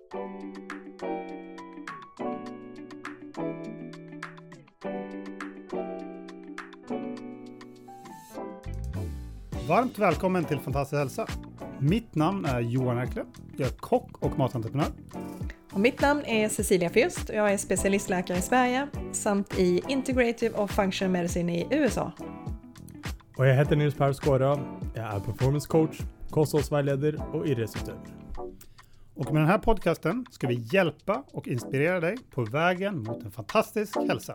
Varmt välkommen till Fantastisk hälsa. Mitt namn är Johan Erkle. Jag är kock och matentreprenör. Och mitt namn är Cecilia Fürst och jag är specialistläkare i Sverige samt i Integrative och Functional Medicine i USA. Och jag heter Nils Per Skåra. Jag är performance coach, kosthållsvägledare och idrottsutövare. Och med den här podcasten ska vi hjälpa och inspirera dig på vägen mot en fantastisk hälsa.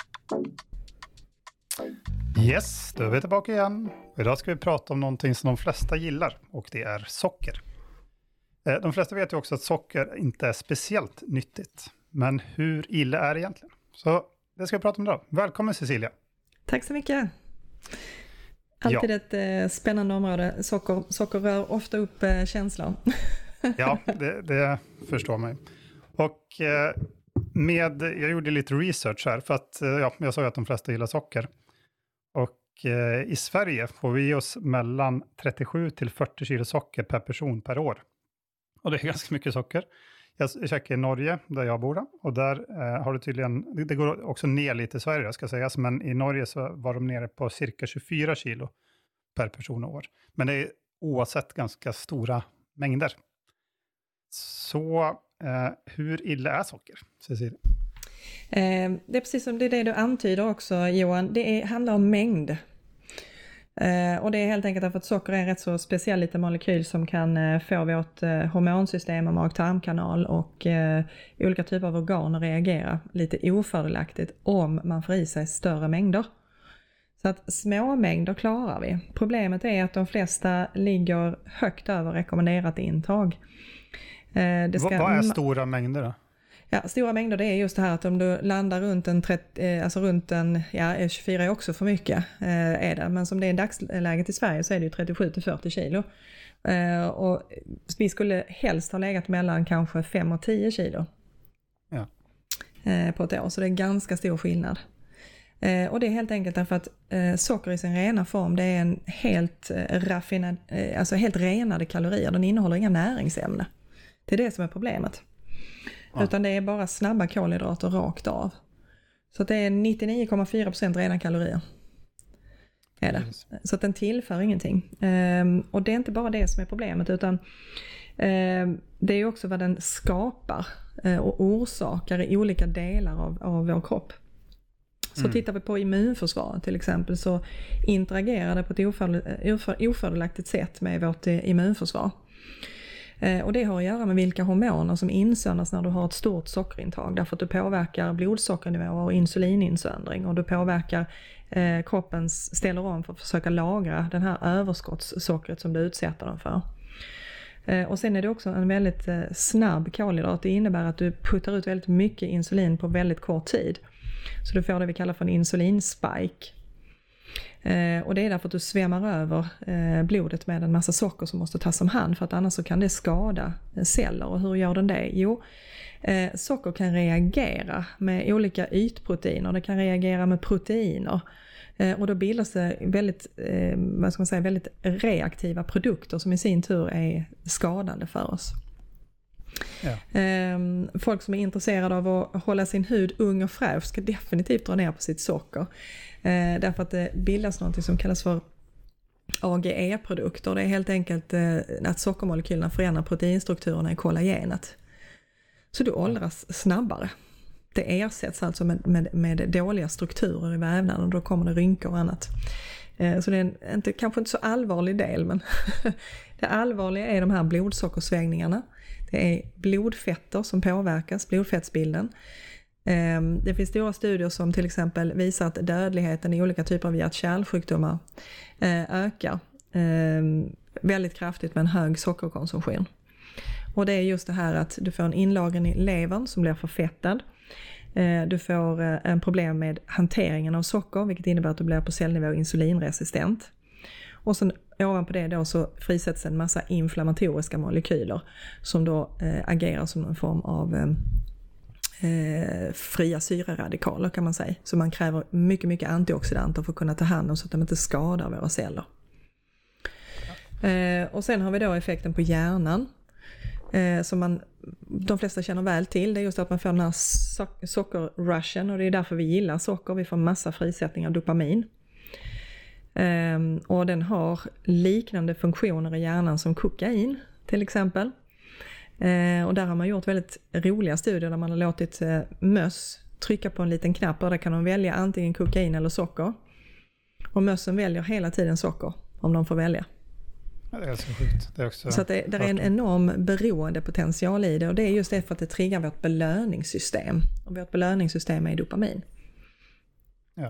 Yes, då är vi tillbaka igen. Idag ska vi prata om någonting som de flesta gillar och det är socker. De flesta vet ju också att socker inte är speciellt nyttigt. Men hur illa är det egentligen? Så det ska vi prata om idag. Välkommen Cecilia. Tack så mycket. Alltid ett spännande område. Socker rör ofta upp känslor. Ja, det förstår man. Och jag gjorde lite research här för att jag sa att de flesta gillar socker. Och i Sverige får vi oss mellan 37 till 40 kilo socker per person per år. Och det är ganska mycket socker. Jag käkar i Norge där jag bor och där har det tydligen, det går också ner lite i Sverige ska sägas, men i Norge så var de nere på cirka 24 kilo per person och år. Men det är oavsett ganska stora mängder. Så hur illa är socker, Cecilia? Det är precis som det du antyder också, Johan. Det handlar om mängd. Och det är helt enkelt därför att socker är en rätt så speciell liten molekyl som kan få vårt hormonsystem och mag-tarmkanal och olika typer av organ att reagera lite ofördelaktigt om man får i sig större mängder. Så att små mängder klarar vi. Problemet är att de flesta ligger högt över rekommenderat intag. Vad är stora mängder då? Ja, stora mängder det är just det här att om du landar runt en 24 är också för mycket är det. Men som det är dagsläget i Sverige så är det ju 37 till 40 kilo. Och vi skulle helst ha legat mellan kanske 5 och 10 kilo på ett år. Så det är ganska stor skillnad. Och det är helt enkelt därför att socker i sin rena form det är en helt helt renade kalorier. Den innehåller inga näringsämnen. Det är det som är problemet. Ja. Utan det är bara snabba kolhydrater rakt av. Så det är 99,4% rena kalorier. Är det. Så att den tillför ingenting. Och det är inte bara det som är problemet utan det är också vad den skapar och orsakar i olika delar av vår kropp. Så tittar vi på immunförsvaret till exempel så interagerar det på ett ofördelaktigt sätt med vårt immunförsvar. Och det har att göra med vilka hormoner som insöndras när du har ett stort sockerintag. Därför att du påverkar blodsockernivåer och insulininsöndring. Och du påverkar ställer om för att försöka lagra den här överskottssockret som du utsätter den för. Och sen är det också en väldigt snabb kolhydrat. Det innebär att du puttar ut väldigt mycket insulin på väldigt kort tid. Så du får det vi kallar för en insulinspike. Och det är därför att du svämmar över blodet med en massa socker som måste tas om hand för att annars så kan det skada celler. Och hur gör den det? Jo, socker kan reagera med olika ytproteiner, det kan reagera med proteiner och då bildas det väldigt reaktiva produkter som i sin tur är skadande för oss. Ja. Folk som är intresserade av att hålla sin hud ung och fräsch ska definitivt dra ner på sitt socker. Därför att det bildas något som kallas för AGE-produkter. Det är helt enkelt att sockermolekylerna förändrar proteinstrukturerna i kollagenet. Så du åldras snabbare. Det ersätts alltså med dåliga strukturer i vävnaden och då kommer det rynkor och annat. Så det är kanske inte så allvarlig del, men det allvarliga är de här blodsockersvängningarna. Det är blodfetter som påverkas, blodfettsbilden. Det finns stora studier som till exempel visar att dödligheten i olika typer av hjärt-kärlsjukdomar ökar väldigt kraftigt med en hög sockerkonsumtion. Och det är just det här att du får en inlagring i levern som blir förfettad. Du får en problem med hanteringen av socker, vilket innebär att du blir på cellnivå insulinresistent. Och sen ovanpå det då så frisätts en massa inflammatoriska molekyler som då agerar som en form av fria syreradikaler kan man säga. Så man kräver mycket, mycket antioxidanter för att kunna ta hand om så att de inte skadar våra celler. Och sen har vi då effekten på hjärnan. Som man de flesta känner väl till, det är just att man får den här sockerrushen, och det är därför vi gillar socker. Vi får massa frisättning av dopamin. Och den har liknande funktioner i hjärnan som kokain till exempel. Och där har man gjort väldigt roliga studier där man har låtit möss trycka på en liten knapp, och där kan de välja antingen kokain eller socker. Och mössen väljer hela tiden socker om de får välja. Det är så sjukt. Det är också så att det är en enorm beroendepotential i det, och det är just det för att det triggar vårt belöningssystem. Och vårt belöningssystem är dopamin. Ja.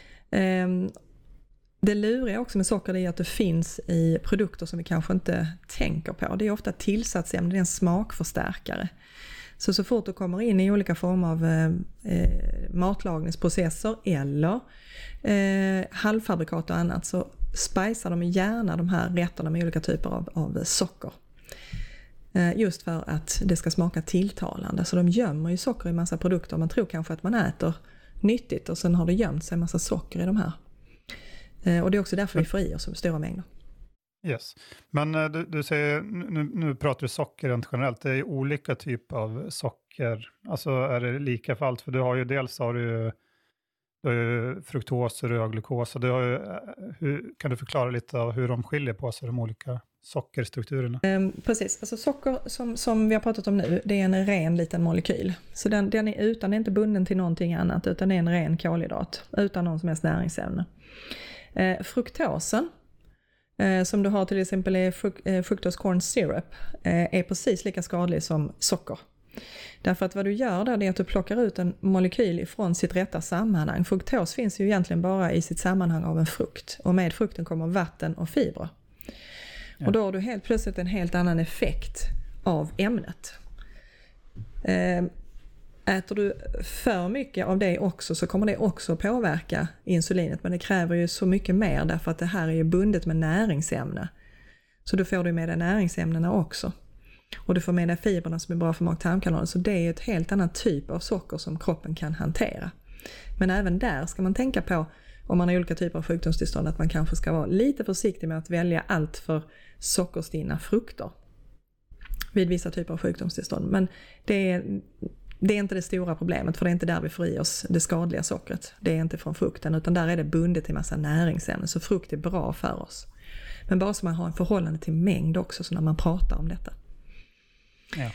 Det luriga också med socker är att det finns i produkter som vi kanske inte tänker på. Det är ofta tillsatsämnen, det är en smakförstärkare. Så fort du kommer in i olika former av matlagningsprocesser eller halvfabrikat och annat, så spicear de gärna de här rätterna med olika typer av socker. Just för att det ska smaka tilltalande. Så de gömmer ju socker i massa produkter. Man tror kanske att man äter nyttigt, och sen har det gömt sig en massa socker i de här. Och det är också därför vi får i oss stora mängder. Yes. Men du säger, nu pratar du socker rent generellt. Det är olika typer av socker. Alltså är det lika för allt? För du har ju dels du har ju fruktos och glukos. Och kan du förklara lite av hur de skiljer på sig, de olika sockerstrukturerna? Precis. Alltså socker som vi har pratat om nu, det är en ren liten molekyl. Så den är inte bunden till någonting annat, utan det är en ren kolhydrat utan någon som helst näringsämne. Fruktosen som du har till exempel i fructose corn syrup är precis lika skadlig som socker. Därför att vad du gör där är att du plockar ut en molekyl ifrån sitt rätta sammanhang. Fruktos finns ju egentligen bara i sitt sammanhang av en frukt, och med frukten kommer vatten och fibrer. Ja. Och då har du helt plötsligt en helt annan effekt av ämnet. Äter du för mycket av det också, så kommer det också påverka insulinet. Men det kräver ju så mycket mer, därför att det här är ju bundet med näringsämne. Så då får du med dig näringsämnena också. Och du får med dig fibrerna som är bra för mag-tarmkanalen. Så det är ett helt annan typ av socker som kroppen kan hantera. Men även där ska man tänka på, om man har olika typer av sjukdomstillstånd, att man kanske ska vara lite försiktig med att välja allt för sockerstinna frukter vid vissa typer av sjukdomstillstånd. Men det är inte det stora problemet, för det är inte där vi får i oss det skadliga sockret. Det är inte från frukten, utan där är det bundet till massa näringsämnen. Så frukt är bra för oss. Men bara så man har en förhållande till mängd också, så när man pratar om detta. Ja.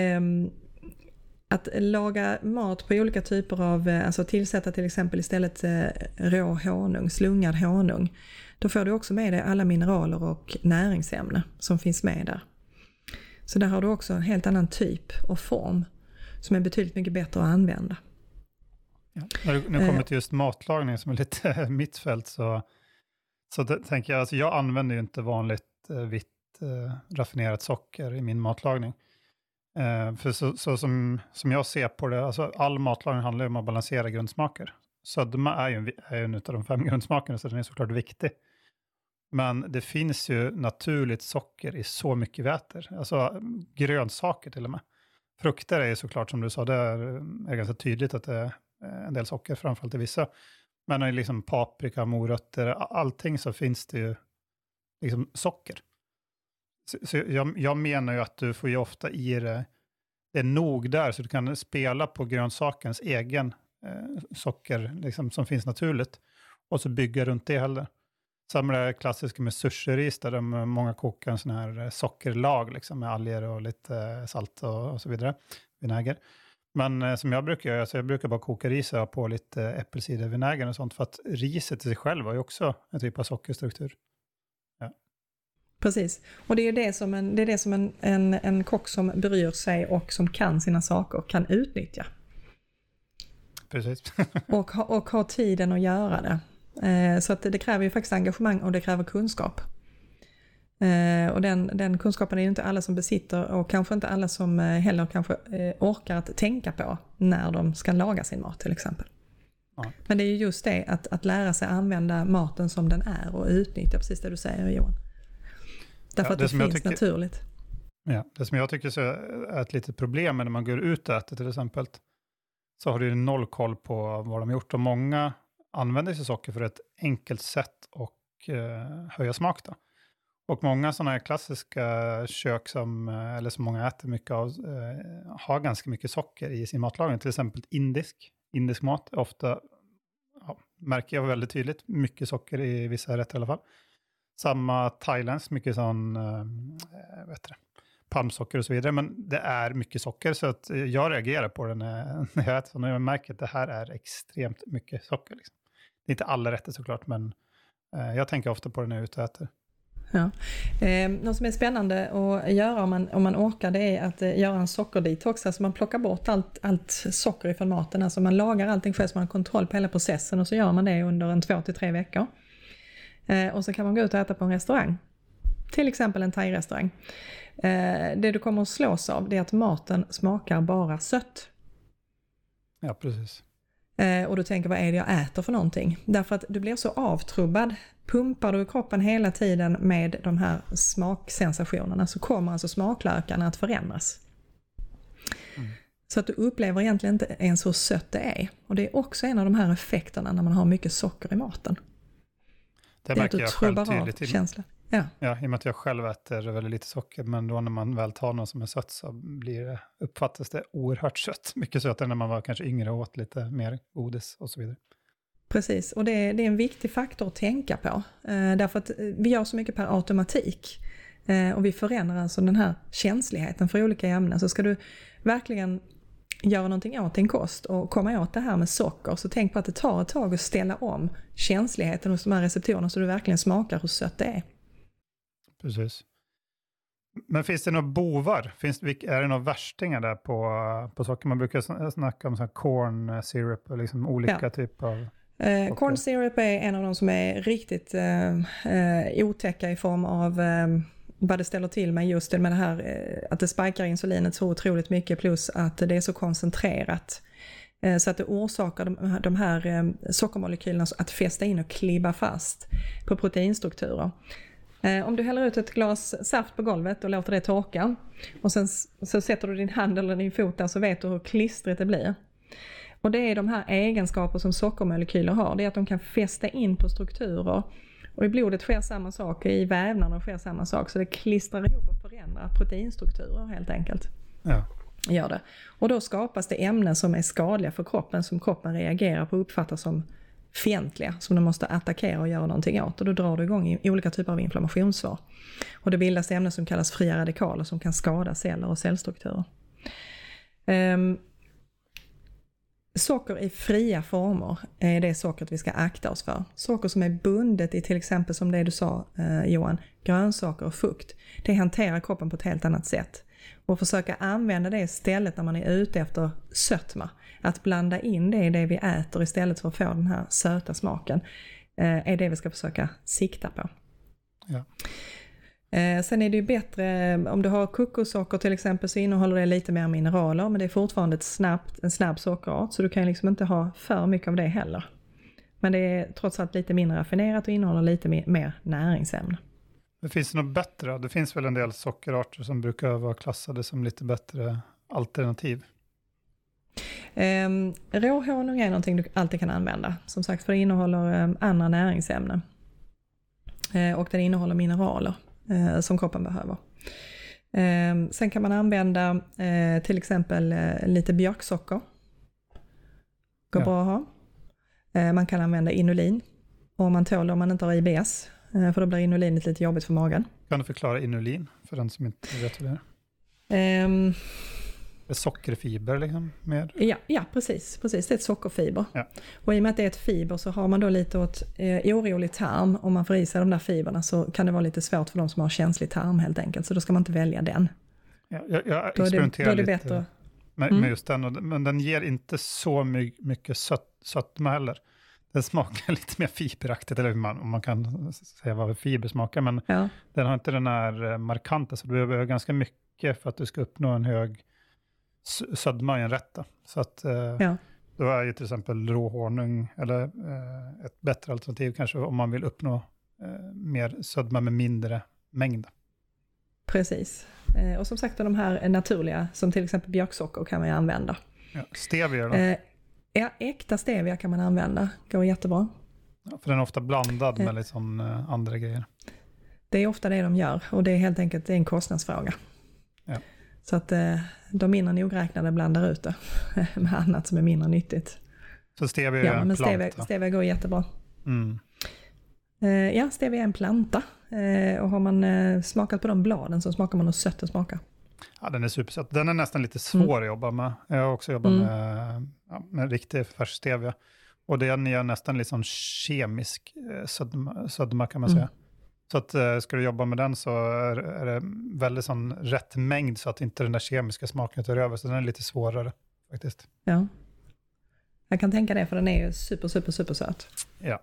Att laga mat på olika typer av, alltså tillsätta till exempel istället rå honung, slungad honung. Då får du också med dig alla mineraler och näringsämnen som finns med där. Så där har du också en helt annan typ och form som är betydligt mycket bättre att använda. Ja. När det kommer till just matlagning som är lite mitt fält, så tänker jag, alltså jag använder ju inte vanligt vitt raffinerat socker i min matlagning. För så som jag ser på det, alltså all matlagning handlar om att balansera grundsmaker. Södma är ju en av de 5 grundsmakerna, så den är såklart viktig. Men det finns ju naturligt socker i så mycket vi äter. Alltså grönsaker till och med. Frukter är ju såklart, som du sa, det är ganska tydligt att det är en del socker, framförallt i vissa. Men i liksom paprika, morötter, allting, så finns det ju liksom socker. Så jag menar ju att du får ju ofta i det är nog där, så du kan spela på grönsakens egen socker liksom, som finns naturligt, och så bygga runt det heller. Samma det klassiska med sushiris, där många kokar en sån här sockerlag liksom, med alger och lite salt och så vidare, vinäger. Men som jag brukar göra, så jag brukar bara koka ris och på lite äppelcidervinäger och sånt, för att riset i sig själv har ju också en typ av sockerstruktur. Ja. Precis, och det är det som en kock som bryr sig och som kan sina saker kan utnyttja. Precis. och ha tiden att göra det. Så att det kräver ju faktiskt engagemang, och det kräver kunskap. Och den kunskapen är ju inte alla som besitter, och kanske inte alla som heller kanske orkar att tänka på när de ska laga sin mat till exempel. Ja. Men det är ju just det, att lära sig använda maten som den är och utnyttja precis det du säger, Johan. Därför att det finns naturligt. Ja, det som jag tycker så är ett litet problem när man går ut och äter till exempel, så har du noll koll på vad de har gjort, och många använder sig socker för ett enkelt sätt och höja smak då. Och många sådana här klassiska kök som många äter mycket av har ganska mycket socker i sin matlagning. Till exempel indisk mat ofta, märker jag väldigt tydligt, mycket socker i vissa rätter i alla fall. Samma thailändsk, mycket sån, palmsocker och så vidare. Men det är mycket socker, så att jag reagerar på det när jag äter. Så när jag märker att det här är extremt mycket socker. Liksom. Det är inte alla rätter såklart, men jag tänker ofta på det när jag är ute och äter. Ja. Något som är spännande att göra om man orkar, det är att göra en sockerdetox. Alltså man plockar bort allt socker ifrån maten. Alltså man lagar allting själv så man har kontroll på hela processen, och så gör man det under 2 till 3 veckor. Och så kan man gå ut och äta på en restaurang. Till exempel en thai-restaurang. Det du kommer att slås av, det är att maten smakar bara sött. Ja, precis. Och du tänker, vad är det jag äter för någonting? Därför att du blir så avtrubbad. Pumpar du kroppen hela tiden med de här smaksensationerna, så kommer alltså smaklökarna att förändras. Så att du upplever egentligen inte ens hur sött det är. Och det är också en av de här effekterna när man har mycket socker i maten. Det märker jag själv tydligt. Känslan. Ja, i och med att jag själv äter väldigt lite socker, men då när man väl tar något som är sött så uppfattas det oerhört sött. Mycket sötare när man var kanske yngre och åt lite mer godis och så vidare. Precis, och det är en viktig faktor att tänka på. Därför att vi gör så mycket per automatik. Och vi förändrar alltså den här känsligheten för olika ämnen. Så ska du verkligen göra någonting åt din kost och komma åt det här med socker, så tänk på att det tar ett tag att ställa om känsligheten hos de här receptorerna så du verkligen smakar hur sött det är. Precis. Men finns det några bovar? Är det några värstingar där på socker? Man brukar snacka om sån här corn syrup och liksom olika typer av socker. Corn syrup är en av de som är riktigt otäcka i form av vad det ställer till med just det med det här att det spikar insulinet så otroligt mycket, plus att det är så koncentrerat. Så att det orsakar de här sockermolekylerna att fästa in och klibba fast på proteinstrukturer. Om du häller ut ett glas saft på golvet och låter det torka, och sen så sätter du din hand eller din fot där, så vet du hur klistrigt det blir. Och det är de här egenskaper som sockermolekyler har. Det är att de kan fästa in på strukturer. Och i blodet sker samma sak, i vävnaderna sker samma sak. Så det klistrar ihop och förändrar proteinstrukturer helt enkelt. Ja. Gör det. Och då skapas det ämnen som är skadliga för kroppen, som kroppen reagerar på och uppfattar som fientliga, som de måste attackera och göra någonting åt. Och då drar du igång i olika typer av inflammationssvar. Och det bildas ämnen som kallas fria radikaler som kan skada celler och cellstrukturer. Socker i fria former är det sockret vi ska akta oss för. Socker som är bundet i till exempel, som det du sa Johan, grönsaker och frukt. Det hanterar kroppen på ett helt annat sätt. Och försöka använda det istället när man är ute efter sötma. Att blanda in det i det vi äter istället för att få den här söta smaken är det vi ska försöka sikta på. Ja. Sen är det ju bättre, om du har kokossocker till exempel, så innehåller det lite mer mineraler, men det är fortfarande en snabb sockerart, så du kan liksom inte ha för mycket av det heller. Men det är trots allt lite mindre raffinerat och innehåller lite mer näringsämne. Det finns något bättre? Det finns väl en del sockerarter som brukar vara klassade som lite bättre alternativ? Råhonung är någonting du alltid kan använda. Som sagt, för det innehåller andra näringsämnen. Och den innehåller mineraler som kroppen behöver. Sen kan man använda till exempel lite björksocker. Går bra att ha. Man kan använda inulin. Och man tål om man inte har IBS. För då blir inulinet lite jobbigt för magen. Kan du förklara inulin för den som inte vet vad det är? Sockerfiber liksom? Ja, precis. Det är ett sockerfiber. Ja. Och i och med att det är ett fiber så har man då lite åt orolig tarm. Om man får i sig de där fiberna så kan det vara lite svårt för de som har känslig tarm helt enkelt. Så då ska man inte välja den. Ja, jag experimenterar lite bättre. Med just den. Men den ger inte så mycket sötma heller. Den smakar lite mer fiberaktigt, eller om man kan säga vad fiber smakar. Men den har inte den här markanta, så du behöver ganska mycket för att du ska uppnå en hög södma i en rätt. Så att då är ju till exempel råhonung eller ett bättre alternativ kanske om man vill uppnå mer södma med mindre mängd. Precis. Och som sagt de här naturliga, som till exempel björksocker, kan man ju använda. Ja, stevia då? Äkta stevia kan man använda. Går jättebra. Ja, för den är ofta blandad med liksom andra grejer. Det är ofta det de gör och det är helt enkelt en kostnadsfråga. Ja. Så att de mindre nogräknade blandar ut det med annat som är mindre nyttigt. Så stevia är en planta? Stevia går jättebra. Mm. Ja, stevia är en planta. Och har man smakat på de bladen så smakar man hur sött det smakar. Ja, den är supersött. Den är nästan lite svår att jobba med. Jag har också jobbat med riktig färsk stevia. Och den är nästan liksom kemisk södma kan man säga. Så att ska du jobba med den så är det väldigt sån rätt mängd så att inte den där kemiska smaken tar över. Så den är lite svårare faktiskt. Ja. Jag kan tänka det för den är ju super söt. Ja.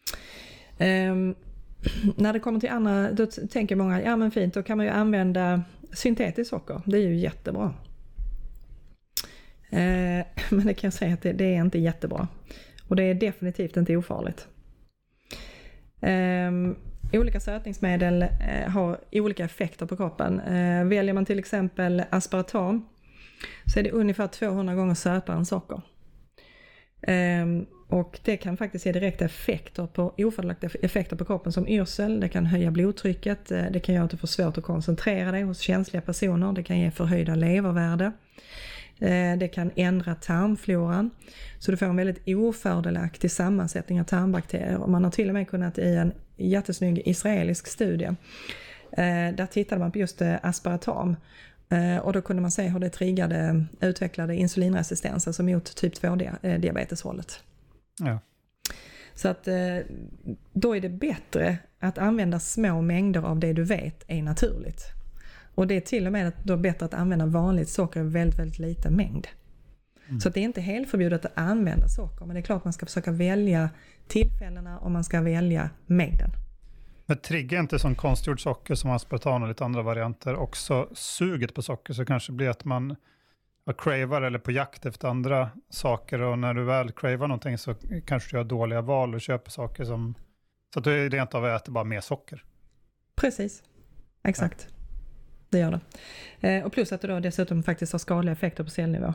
När det kommer till andra, då tänker många, ja men fint, då kan man ju använda syntetiskt socker. Det är ju jättebra. Men det kan jag säga att det är inte jättebra. Och det är definitivt inte ofarligt. Olika sötningsmedel har olika effekter på kroppen. Väljer man till exempel aspartam så är det ungefär 200 gånger sötare än socker. Och det kan faktiskt ge direkta ofördelaktiga effekter på kroppen som yrsel. Det kan höja blodtrycket. Det kan göra att du får svårt att koncentrera dig hos känsliga personer. Det kan ge förhöjda levervärde. Det kan ändra tarmfloran. Så du får en väldigt ofördelaktig sammansättning av tarmbakterier. Och man har till och med kunnat i en jättesnygg israelisk studie. Där tittade man på just aspartam. Och då kunde man se hur det utvecklade insulinresistens, alltså mot typ 2-diabeteshållet. Ja. Så att då är det bättre att använda små mängder av det du vet är naturligt. Och det är till och med då bättre att använda vanligt socker i väldigt, väldigt liten mängd. Så att det är inte helt förbjudet att använda socker, men det är klart man ska försöka välja tillfällena och man ska välja mängden. Men triggar inte som konstgjord socker som aspartam och lite andra varianter också suget på socker, så kanske blir att man cravar eller på jakt efter andra saker, och när du väl cravar någonting så kanske du gör dåliga val och köper saker som, så att du rent av äter bara mer socker. Precis, exakt. Ja. Det gör det. Och plus att det då dessutom faktiskt har skadliga effekter på cellnivå.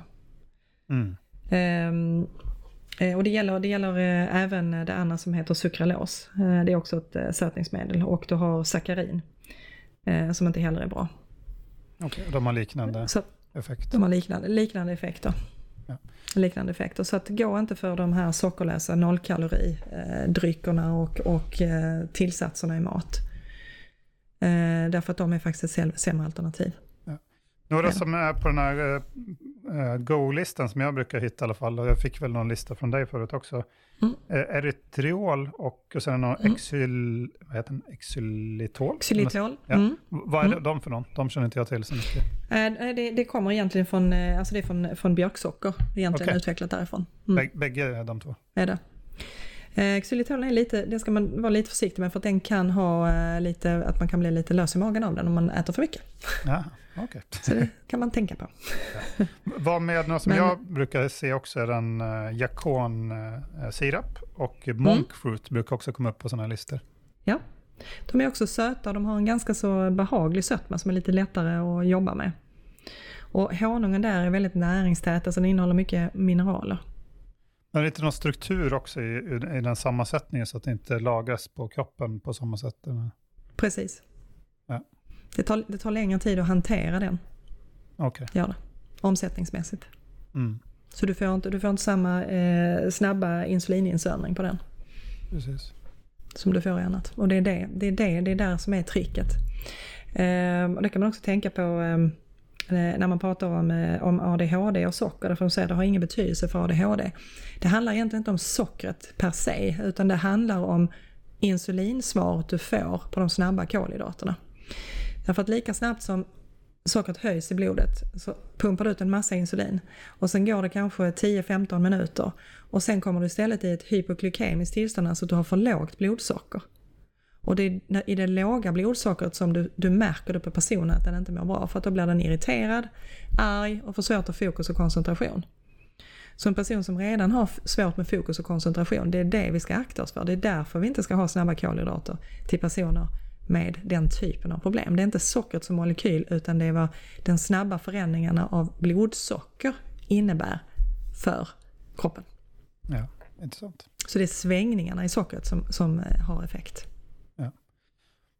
Och det gäller även det andra som heter sukralos. Det är också ett sötningsmedel, och du har sackarin som inte heller är bra. Okej, de har liknande effekter. De har liknande effekter. Ja. Liknande effekter. Så att gå inte för de här sockerlösa nollkaloridryckerna och tillsatserna i mat. Därför att de är faktiskt ett sämre alternativ. Ja. Några som är på den här Go-listan som jag brukar hitta i alla fall, och jag fick väl någon lista från dig förut också. Erytriol och sen någon xylitol. Xylitol. Ja. Vad är de för någon? De känner inte jag till så mycket. Det kommer egentligen från, alltså det är från björksocker, egentligen utvecklat därifrån. Bägge är de två? Är det. Xylitol är lite, det ska man vara lite försiktig med, för att den kan ha lite, att man kan bli lite lös i magen av den om man äter för mycket. Ja, okay. Så det kan man tänka på. Ja. Vad med något som jag brukar se också är en jakon-sirap, och monkfruit brukar också komma upp på sådana här listor. Ja, de är också söta, de har en ganska så behaglig sötma som är lite lättare att jobba med. Och honungen där är väldigt näringstät, alltså den innehåller mycket mineraler. Men det är inte någon struktur också i den sammansättningen så att det inte lagras på kroppen på samma sätt? Precis. Ja. Det tar längre tid att hantera den. Okej. Gör det. Omsättningsmässigt. Så du får inte samma snabba insulininsörning på den. Precis. Som du får i annat. Och det är där som är tricket. Och det kan man också tänka på när man pratar om ADHD och socker, därför att de säger att det har ingen betydelse för ADHD. Det handlar egentligen inte om sockret per se, utan det handlar om insulinsvaret du får på de snabba kolhydraterna. Därför att lika snabbt som sockret höjs i blodet så pumpar du ut en massa insulin, och sen går det kanske 10-15 minuter och sen kommer du istället i ett hypoglykemiskt tillstånd, alltså att du har för lågt blodsocker. Och det är i det låga blodsockret som du märker det på personen att den inte mår bra, för att då blir den irriterad, arg och får svårt att fokus och koncentration. Så en person som redan har svårt med fokus och koncentration, det är det vi ska akta oss för. Det är därför vi inte ska ha snabba kolhydrater till personer med den typen av problem. Det är inte sockret som molekyl, utan det är vad den snabba förändringarna av blodsocker innebär för kroppen. Ja, intressant. Så det är svängningarna i sockret som har effekt.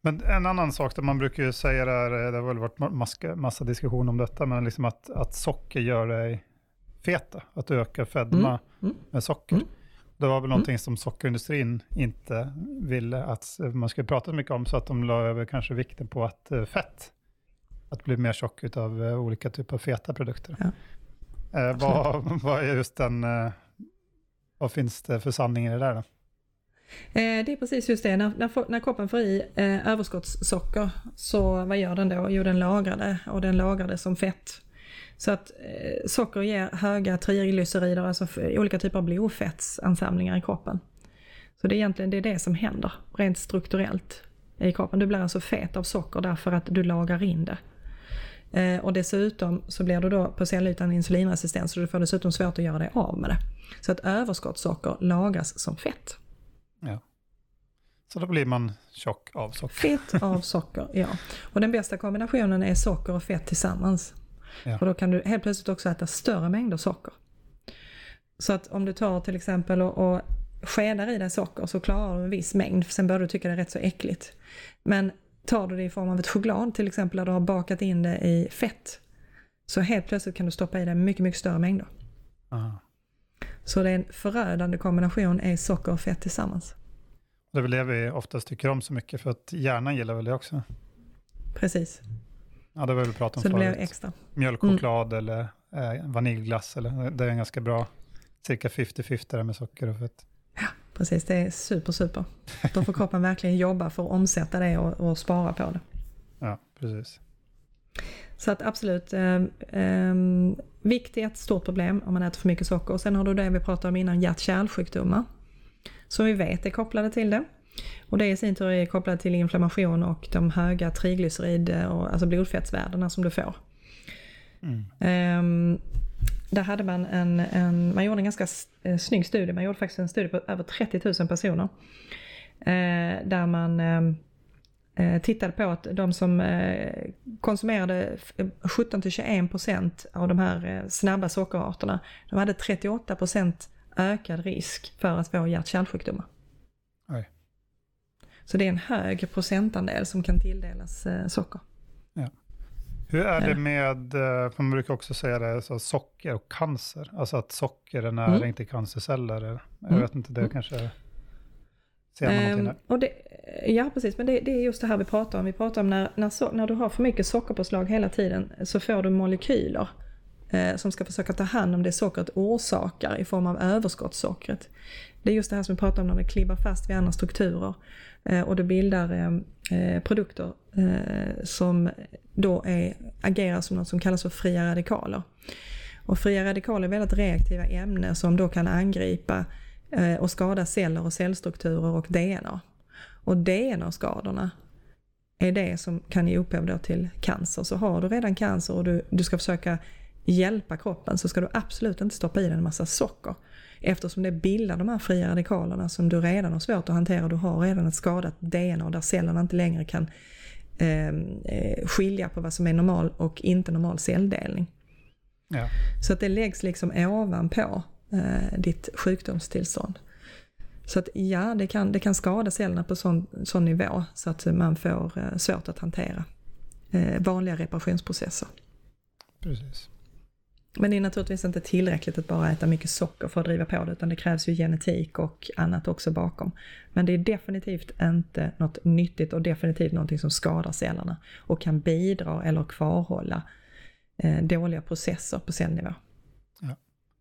Men en annan sak, där man brukar ju säga det har väl varit massa diskussion om detta, men liksom att socker gör dig feta, att öka fedma med socker. Det var väl någonting som sockerindustrin inte ville att man skulle prata mycket om, så att de la över kanske vikten på att fett, att bli mer tjock av olika typer av feta produkter. Ja. Vad är just den, vad finns det för sanning i det där då? Det är precis just det. När kroppen får i överskottssocker, så vad gör den då? Jo, den lagrar det som fett. Så att socker ger höga triglycerider, alltså olika typer av blodfettsansamlingar i kroppen. Så det är egentligen det som händer rent strukturellt i kroppen. Du blir alltså fet av socker därför att du lagrar in det. Och dessutom så blir du då på cellytan insulinresistens, så du får dessutom svårt att göra dig av med det. Så att överskottssocker lagras som fett. Ja. Så då blir man tjock av socker. Fett av socker, ja. Och den bästa kombinationen är socker och fett tillsammans. Ja. För då kan du helt plötsligt också äta större mängder socker. Så att om du tar till exempel och skedar i dig socker, så klarar du en viss mängd. Sen börjar du tycka det är rätt så äckligt. Men tar du det i form av ett choklad till exempel, där du har bakat in det i fett, så helt plötsligt kan du stoppa i det mycket, mycket större mängder. Aha. Så det är en förödande kombination, är socker och fett tillsammans. Det är väl det vi oftast tycker om så mycket, för att hjärnan gillar väl det också. Precis. Ja, det har vi pratat om så förut. Det blir extra. Mjölkchoklad eller vaniljglass, eller det är en ganska bra cirka 50-50 där med socker och fett. Ja, precis. Det är super. Då får kroppen verkligen jobba för att omsätta det och spara på det. Ja, precis. Så att absolut, vikt är ett stort problem om man äter för mycket socker. Och sen har du det vi pratade om innan, hjärt-kärlsjukdomar, som vi vet är kopplade till det. Och det i sin tur är kopplat till inflammation och de höga triglycerid, alltså blodfettsvärdena som du får. Där hade man man gjorde en ganska snygg studie. Man gjorde faktiskt en studie på över 30 000 personer. Där man tittade på att de som konsumerade 17-21% av de här snabba sockerarterna, de hade 38% ökad risk för att få hjärt-kärlsjukdomar. Oj. Så det är en hög procentandel som kan tilldelas socker. Ja. Hur är det med, för man brukar också säga det, så socker och cancer. Alltså att socker är nära inte cancerceller. Jag vet inte, det kanske ser man någonting där. Och ja, precis. Men det är just det här vi pratar om. Vi pratar om när du har för mycket sockerpåslag hela tiden, så får du molekyler som ska försöka ta hand om det sockret orsakar i form av överskottssockret. Det är just det här som vi pratar om när det klibbar fast vid andra strukturer och det bildar produkter som då agerar som något som kallas för fria radikaler. Och fria radikaler är väldigt reaktiva ämnen som då kan angripa och skada celler och cellstrukturer och DNA. Och DNA-skadorna är det som kan ge upphov då till cancer. Så har du redan cancer och du ska försöka hjälpa kroppen, så ska du absolut inte stoppa i den en massa socker. Eftersom det bildar de här fria radikalerna som du redan har svårt att hantera. Du har redan ett skadat DNA där cellerna inte längre kan skilja på vad som är normal och inte normal celldelning. Ja. Så att det läggs liksom ovanpå ditt sjukdomstillstånd. Så att ja, det kan skada cellerna på sån nivå så att man får svårt att hantera vanliga reparationsprocesser. Precis. Men det är naturligtvis inte tillräckligt att bara äta mycket socker för att driva på det, utan det krävs ju genetik och annat också bakom. Men det är definitivt inte något nyttigt och definitivt någonting som skadar cellerna och kan bidra eller kvarhålla dåliga processer på cellnivå. Ja.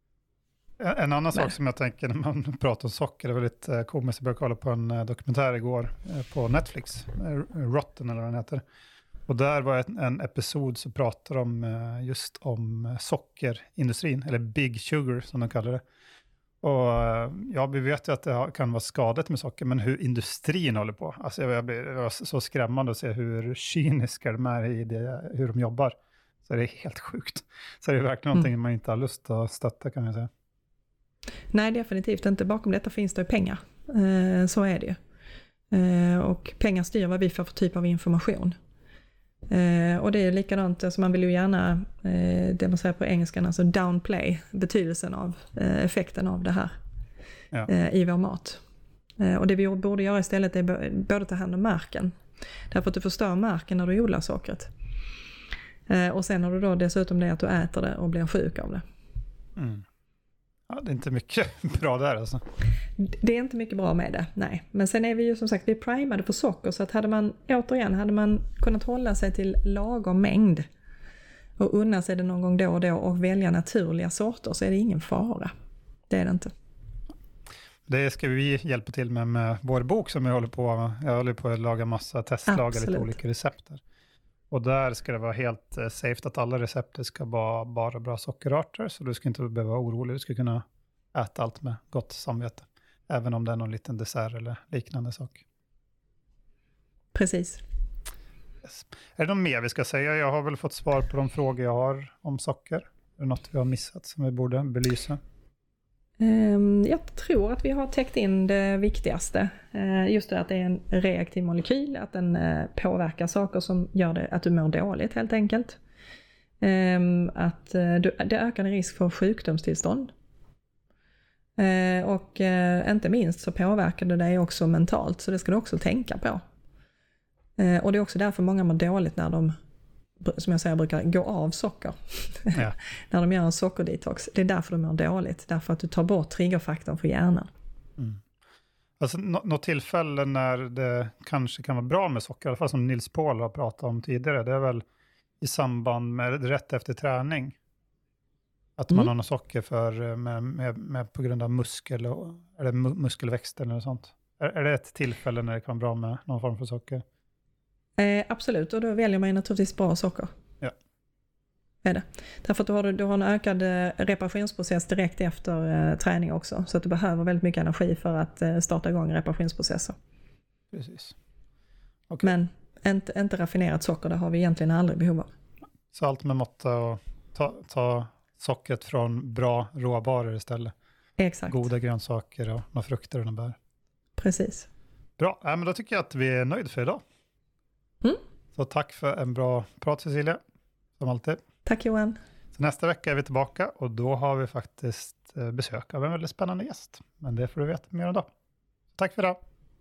En annan sak som jag tänker när man pratar om socker är väldigt komiskt. Jag började kolla på en dokumentär igår på Netflix, Rotten eller vad den heter. Och där var en episod som pratade om just om sockerindustrin, eller Big Sugar som de kallar det. Och ja, vi vet ju att det kan vara skadat med socker, men hur industrin håller på. Alltså jag var så skrämmande att se hur cyniska de är i det, hur de jobbar. Så det är helt sjukt. Så det är verkligen någonting man inte har lust att stötta, kan jag säga. Nej, definitivt inte. Bakom detta finns det pengar. Så är det ju. Och pengar styr vad vi får för typ av information. Och det är likadant, alltså man vill ju gärna, det man säger på engelskan, alltså downplay betydelsen av effekten av det här i vår mat. Och det vi borde göra istället är både ta hand om marken Därför att du förstör marken när du odlar sockret. Och sen har du då dessutom det att du äter det och blir sjuk av det. Mm. Ja, det är inte mycket bra där alltså. Det är inte mycket bra med det, nej. Men sen är vi ju som sagt, vi är primade på socker. Så att hade man kunnat hålla sig till lagom mängd och unna sig det någon gång då och då och välja naturliga sorter, så är det ingen fara. Det är det inte. Det ska vi hjälpa till med vår bok som jag håller på att laga massa testlagar, lite olika recepter. Och där ska det vara helt safe att alla recepter ska vara bara bra sockerarter. Så du ska inte behöva vara orolig. Du ska kunna äta allt med gott samvete. Även om det är någon liten dessert eller liknande sak. Precis. Yes. Är det något mer vi ska säga? Jag har väl fått svar på de frågor jag har om socker. Är det något vi har missat som vi borde belysa? Jag tror att vi har täckt in det viktigaste. Just det att det är en reaktiv molekyl, att den påverkar saker som gör det att du mår dåligt helt enkelt. Att det ökar en risk för sjukdomstillstånd. Och inte minst så påverkar det dig också mentalt, så det ska du också tänka på. Och det är också därför många mår dåligt när de, som jag säger, brukar gå av socker. Ja. När de gör en sockerdetox. Det är därför de mår dåligt. Därför att du tar bort triggerfaktorn för hjärnan. Mm. Alltså något tillfälle när det kanske kan vara bra med socker, i alla fall som Nils Paul har pratat om tidigare, det är väl i samband med rätt efter träning. Att man har något socker för, med på grund av muskelväxt eller något sånt. Är det ett tillfälle när det kan vara bra med någon form för socker? Absolut, och då väljer man naturligtvis bra socker. Ja. Är det. Därför att du har en ökad reparationsprocess direkt efter träning också. Så att du behöver väldigt mycket energi för att starta igång reparationsprocesser. Precis. Okay. Men inte raffinerat socker, det har vi egentligen aldrig behov av. Så allt med måtta och ta sockret från bra råvaror istället. Exakt. Goda grönsaker och några frukter och några bär. Precis. Bra, men då tycker jag att vi är nöjda för idag. Mm. Så tack för en bra prat, Cecilia. Som alltid. Tack, Johan. Så nästa vecka är vi tillbaka och då har vi faktiskt besök av en väldigt spännande gäst. Men det får du veta mer om då. Tack för det.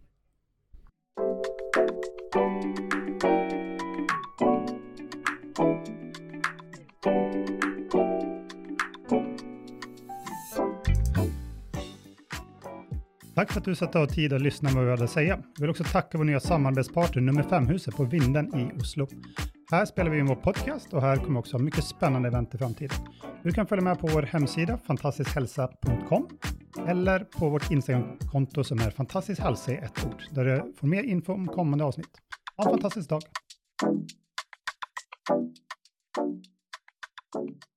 Tack för att du satt av tid att lyssna på vad vi hade att säga. Jag vill också tacka vår nya samarbetspartner Nummer 5-huset på Vinden i Oslo. Här spelar vi in vår podcast och här kommer också ha mycket spännande event i framtiden. Du kan följa med på vår hemsida fantastiskhälsa.com eller på vårt Instagram-konto som är fantastiskhälsa i ett ord, där du får mer info om kommande avsnitt. Ha en fantastisk dag!